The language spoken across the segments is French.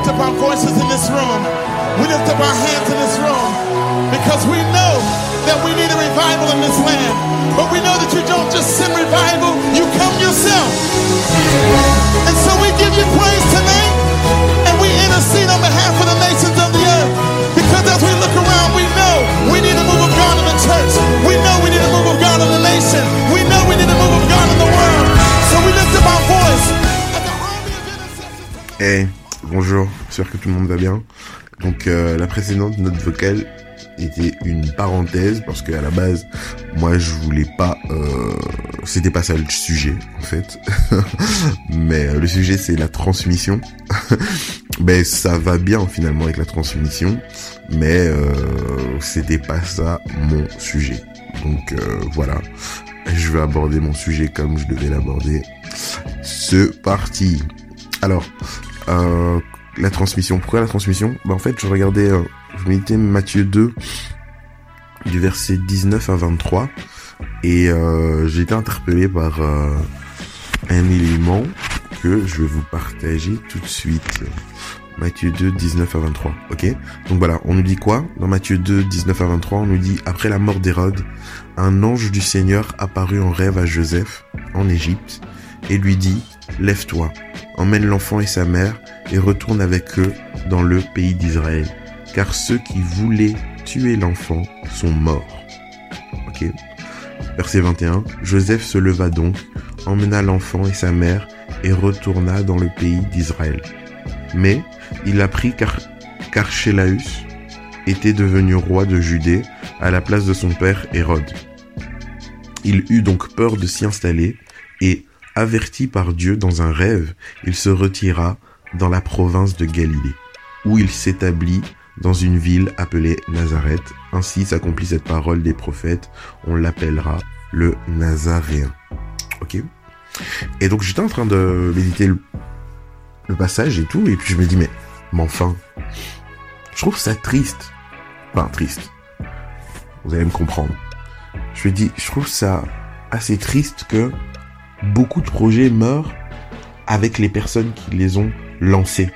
lift up our voices in this room. We lift up our hands in this room because we know that we need a revival in this land. But we know that you don't just send revival, you come yourself. And so we give you praise tonight, and we intercede on behalf of the nations of the earth. Because as we look around, we know we need a move of God in the church. We know we need a move of God in the nation. We know we need a move of God in the world. So we lift up our voice. Hey, bonjour, j'espère que tout le monde va bien. Donc la précédente note vocale était une parenthèse parce qu'à la base, moi je voulais pas, c'était pas ça le sujet en fait, mais le sujet c'est la transmission. Ben ça va bien finalement avec la transmission, mais c'était pas ça mon sujet. Donc voilà, je vais aborder mon sujet comme je devais l'aborder. C'est parti. Alors, la transmission. Pourquoi la transmission ? Ben en fait, je regardais, je méditais Matthieu 2, du verset 19 à 23, et j'ai été interpellé par un élément que je vais vous partager tout de suite. Matthieu 2, 19 à 23, ok ? Donc voilà, on nous dit quoi ? Dans Matthieu 2, 19 à 23, on nous dit « Après la mort d'Hérode, un ange du Seigneur apparut en rêve à Joseph, en Égypte, et lui dit « Lève-toi, emmène l'enfant et sa mère, et retourne avec eux dans le pays d'Israël, car ceux qui voulaient tuer l'enfant sont morts. » Ok ? Verset 21, Joseph se leva donc, emmena l'enfant et sa mère, et retourna dans le pays d'Israël. Mais il apprit qu'Archélaüs était devenu roi de Judée à la place de son père Hérode. Il eut donc peur de s'y installer et, averti par Dieu dans un rêve, il se retira dans la province de Galilée, où il s'établit dans une ville appelée Nazareth. Ainsi s'accomplit cette parole des prophètes, on l'appellera le Nazaréen. Ok ? Et donc j'étais en train de méditer le passage et tout, et puis je me dis mais enfin, je trouve ça triste. Enfin triste. Vous allez me comprendre. Je me dis, je trouve ça assez triste que beaucoup de projets meurent avec les personnes qui les ont lancés.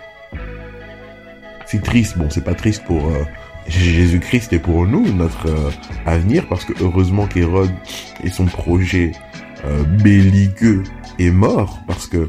C'est triste. Bon, c'est pas triste pour Jésus-Christ et pour nous, notre avenir, parce que heureusement qu'Hérode et son projet belliqueux est mort, parce que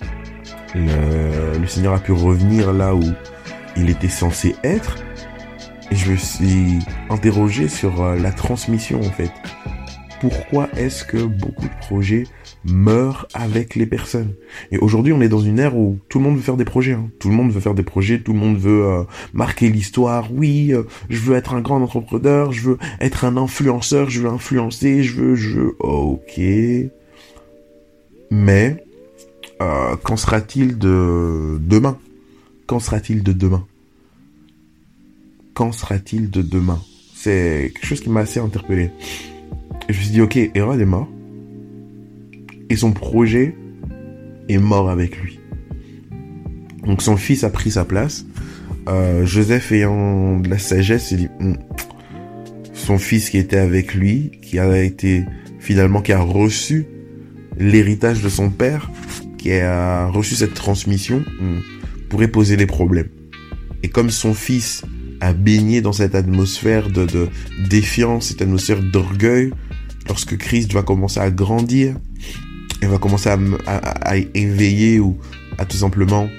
le Seigneur a pu revenir là où il était censé être. Et je me suis interrogé sur la transmission en fait. Pourquoi est-ce que beaucoup de projets meurent avec les personnes ? Et aujourd'hui, on est dans une ère où tout le monde veut faire des projets. Hein. Tout le monde veut faire des projets, tout le monde veut marquer l'histoire. Oui, je veux être un grand entrepreneur, je veux être un influenceur, je veux influencer, je veux... Ok. Mais, qu'en sera-t-il de demain ? Qu'en sera-t-il de demain ? Qu'en sera-t-il de demain ? C'est quelque chose qui m'a assez interpellé. Et je me suis dit, ok, Hérode est mort. Et son projet est mort avec lui. Donc son fils a pris sa place. Joseph ayant de la sagesse, il dit, son fils qui était avec lui, qui a reçu l'héritage de son père, qui a reçu cette transmission, pourrait poser des problèmes. Et comme son fils a baigné dans cette atmosphère de défiance, cette atmosphère d'orgueil, lorsque Christ va commencer à grandir, et va commencer à éveiller ou à tout simplement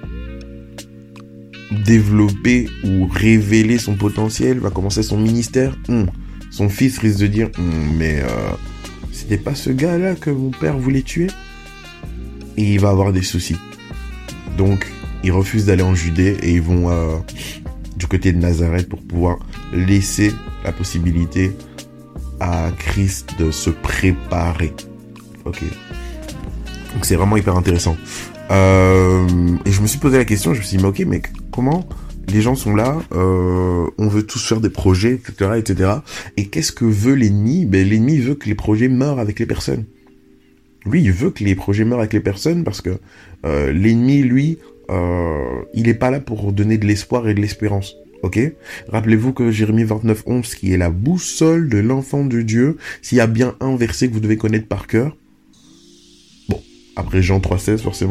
développer ou révéler son potentiel, va commencer son ministère, son fils risque de dire mais c'était pas ce gars-là que mon père voulait tuer, et il va avoir des soucis. Donc ils refusent d'aller en Judée et ils vont du côté de Nazareth pour pouvoir laisser la possibilité à Christ de se préparer. Ok. Donc c'est vraiment hyper intéressant. Et je me suis posé la question, je me suis dit, mais ok, mais comment les gens sont là, on veut tous faire des projets, etc., etc. Et qu'est-ce que veut l'ennemi ? Ben, l'ennemi veut que les projets meurent avec les personnes. Lui, il veut que les projets meurent avec les personnes parce que l'ennemi, lui, il est pas là pour donner de l'espoir et de l'espérance. Ok ? Rappelez-vous que Jérémie 29:11, qui est la boussole de l'enfant de Dieu, s'il y a bien un verset que vous devez connaître par cœur, bon, après Jean 3:16 forcément,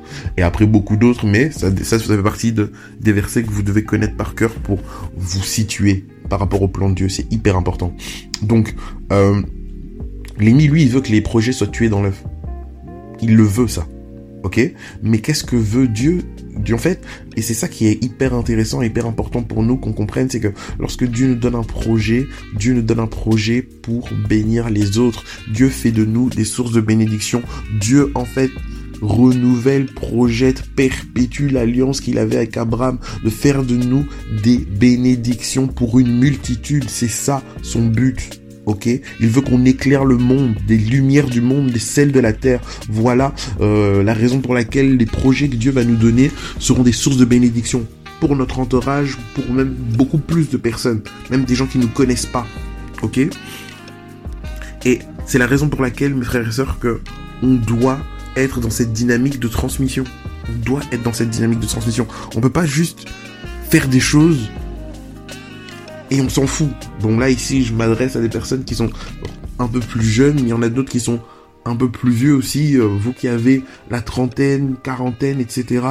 Et après beaucoup d'autres, mais ça fait partie des versets que vous devez connaître par cœur pour vous situer par rapport au plan de Dieu. C'est hyper important. Donc, l'ennemi, lui, il veut que les projets soient tués dans l'œuf. Il le veut, ça. Ok? Mais qu'est-ce que veut Dieu? Dieu, en fait, et c'est ça qui est hyper intéressant, hyper important pour nous qu'on comprenne, c'est que lorsque Dieu nous donne un projet, Dieu nous donne un projet pour bénir les autres. Dieu fait de nous des sources de bénédiction. Dieu, en fait, renouvelle, projette, perpétue l'alliance qu'il avait avec Abraham, de faire de nous des bénédictions pour une multitude. C'est ça son but. Ok, il veut qu'on éclaire le monde, des lumières du monde, des sels de la terre. Voilà la raison pour laquelle les projets que Dieu va nous donner seront des sources de bénédiction pour notre entourage, pour même beaucoup plus de personnes, même des gens qui ne nous connaissent pas. Ok, et c'est la raison pour laquelle, mes frères et sœurs, que on doit être dans cette dynamique de transmission. On doit être dans cette dynamique de transmission. On peut pas juste faire des choses et on s'en fout. Donc là, ici, je m'adresse à des personnes qui sont un peu plus jeunes, mais il y en a d'autres qui sont un peu plus vieux aussi. Vous qui avez la trentaine, quarantaine, etc.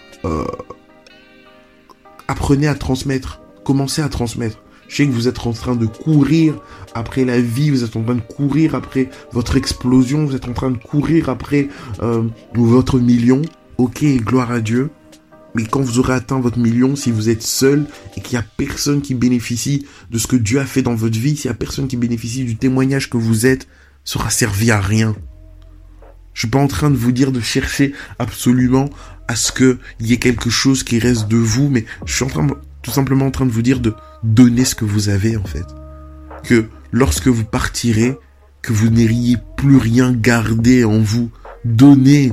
Apprenez à transmettre. Commencez à transmettre. Je sais que vous êtes en train de courir après la vie, vous êtes en train de courir après votre explosion, vous êtes en train de courir après votre million. Ok, gloire à Dieu. Mais quand vous aurez atteint votre million, si vous êtes seul et qu'il n'y a personne qui bénéficie de ce que Dieu a fait dans votre vie, s'il n'y a personne qui bénéficie du témoignage que vous êtes, ça aura servi à rien. Je suis pas en train de vous dire de chercher absolument à ce qu'il y ait quelque chose qui reste de vous, mais je suis tout simplement en train de vous dire de donner ce que vous avez, en fait. Que lorsque vous partirez, que vous n'ayez plus rien gardé en vous. Donnez.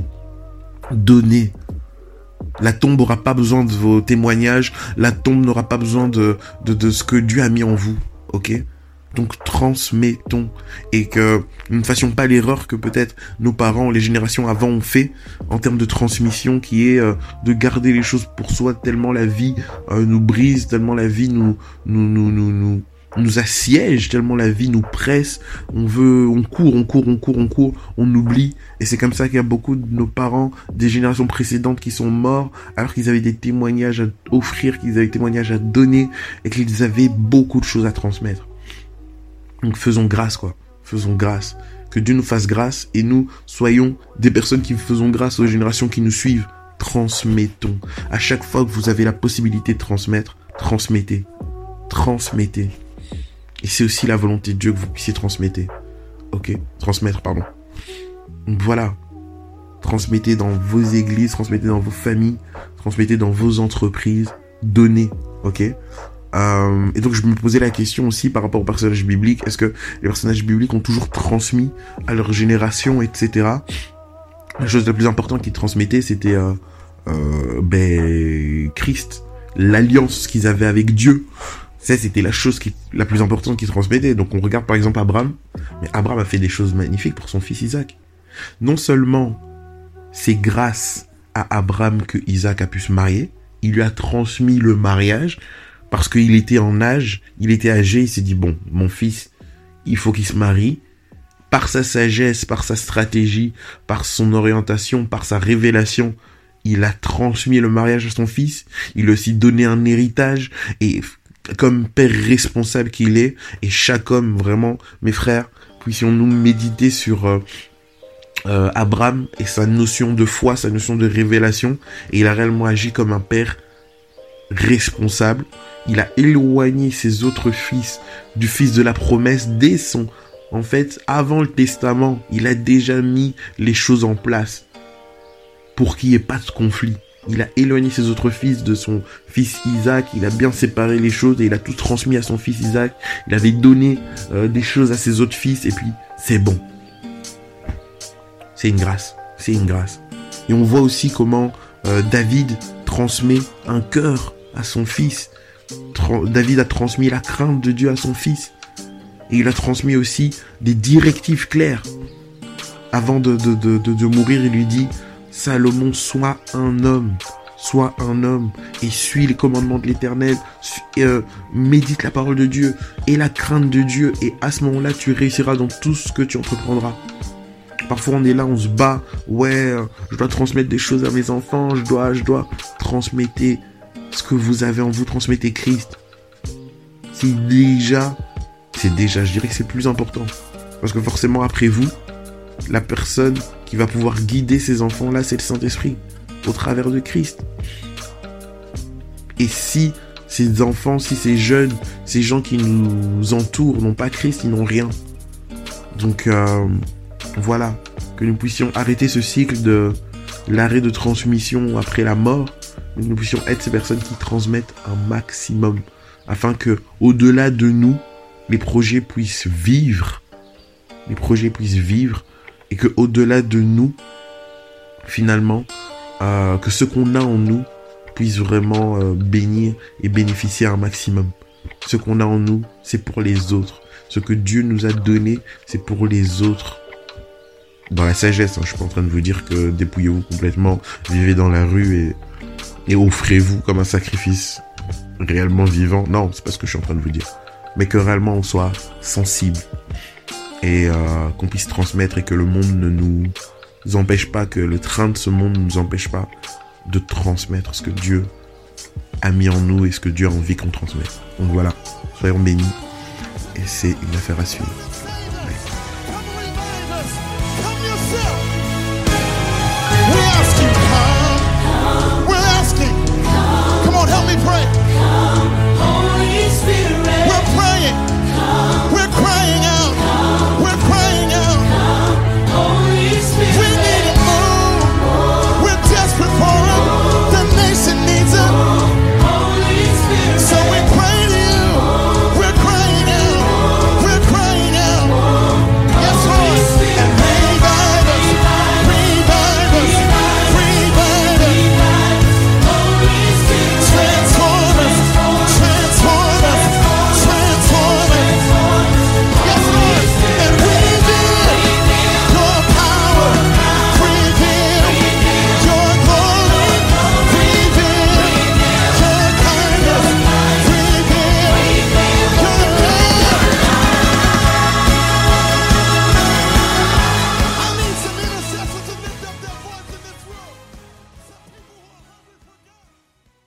La tombe n'aura pas besoin de vos témoignages. La tombe n'aura pas besoin de ce que Dieu a mis en vous. Ok? Donc transmettons. Et que nous ne fassions pas l'erreur que peut-être nos parents, les générations avant ont fait en termes de transmission, qui est de garder les choses pour soi, tellement la vie nous brise, tellement la vie nous assiège, tellement la vie nous presse, on court, on oublie. Et c'est comme ça qu'il y a beaucoup de nos parents des générations précédentes qui sont morts alors qu'ils avaient des témoignages à offrir, qu'ils avaient des témoignages à donner et qu'ils avaient beaucoup de choses à transmettre. Donc faisons grâce, quoi. Faisons grâce. Que Dieu nous fasse grâce et nous soyons des personnes qui faisons grâce aux générations qui nous suivent. Transmettons. À chaque fois que vous avez la possibilité de transmettre, transmettez. Et c'est aussi la volonté de Dieu que vous puissiez transmettre. Donc voilà. Transmettez dans vos églises, transmettez dans vos familles, transmettez dans vos entreprises. Donnez. Ok? Et donc je me posais la question aussi par rapport aux personnages bibliques. Est-ce que les personnages bibliques ont toujours transmis à leur génération, etc. La chose la plus importante qu'ils transmettaient, c'était Christ. L'alliance qu'ils avaient avec Dieu. Ça, c'était la chose la plus importante qu'ils transmettaient. Donc on regarde par exemple Abraham. Mais Abraham a fait des choses magnifiques pour son fils Isaac. Non seulement c'est grâce à Abraham que Isaac a pu se marier, il lui a transmis le mariage parce qu'il était en âge, il était âgé, il s'est dit bon, mon fils, il faut qu'il se marie. Par sa sagesse, par sa stratégie, par son orientation, par sa révélation, il a transmis le mariage à son fils. Il a aussi donné un héritage et comme père responsable qu'il est, et chaque homme, vraiment, mes frères, puissions-nous méditer sur Abraham et sa notion de foi, sa notion de révélation, et il a réellement agi comme un père responsable. Il a éloigné ses autres fils du fils de la promesse dès en fait, avant le testament, il a déjà mis les choses en place pour qu'il n'y ait pas de conflit. Il a éloigné ses autres fils de son fils Isaac, il a bien séparé les choses et il a tout transmis à son fils Isaac. Il avait donné des choses à ses autres fils et puis c'est bon. C'est une grâce. Et on voit aussi comment David transmet un cœur à son fils. David a transmis la crainte de Dieu à son fils. Et il a transmis aussi des directives claires. Avant de mourir, il lui dit: Salomon, sois un homme, et suis les commandements de l'Éternel, médite la parole de Dieu et la crainte de Dieu, et à ce moment-là, tu réussiras dans tout ce que tu entreprendras. Parfois on est là, on se bat. Ouais, je dois transmettre des choses à mes enfants. Je dois transmettre ce que vous avez en vous. Transmettez Christ. C'est déjà, je dirais que c'est le plus important. Parce que forcément, après vous, la personne qui va pouvoir guider ces enfants-là, c'est le Saint-Esprit, au travers de Christ. Et si ces enfants, si ces jeunes, ces gens qui nous entourent n'ont pas Christ, ils n'ont rien. Donc, voilà, que nous puissions arrêter ce cycle de l'arrêt de transmission après la mort, que nous puissions être ces personnes qui transmettent un maximum, afin que, au-delà de nous, les projets puissent vivre, et que au-delà de nous, finalement, que ce qu'on a en nous puisse vraiment bénir et bénéficier un maximum. Ce qu'on a en nous, c'est pour les autres. Ce que Dieu nous a donné, c'est pour les autres. Dans la sagesse, je suis pas en train de vous dire que dépouillez-vous complètement, vivez dans la rue et offrez-vous comme un sacrifice réellement vivant. Non, c'est pas ce que je suis en train de vous dire. Mais que réellement on soit sensible et qu'on puisse transmettre et que le monde ne nous empêche pas, que le train de ce monde ne nous empêche pas de transmettre ce que Dieu a mis en nous et ce que Dieu a envie qu'on transmette. Donc voilà, soyons bénis et c'est une affaire à suivre.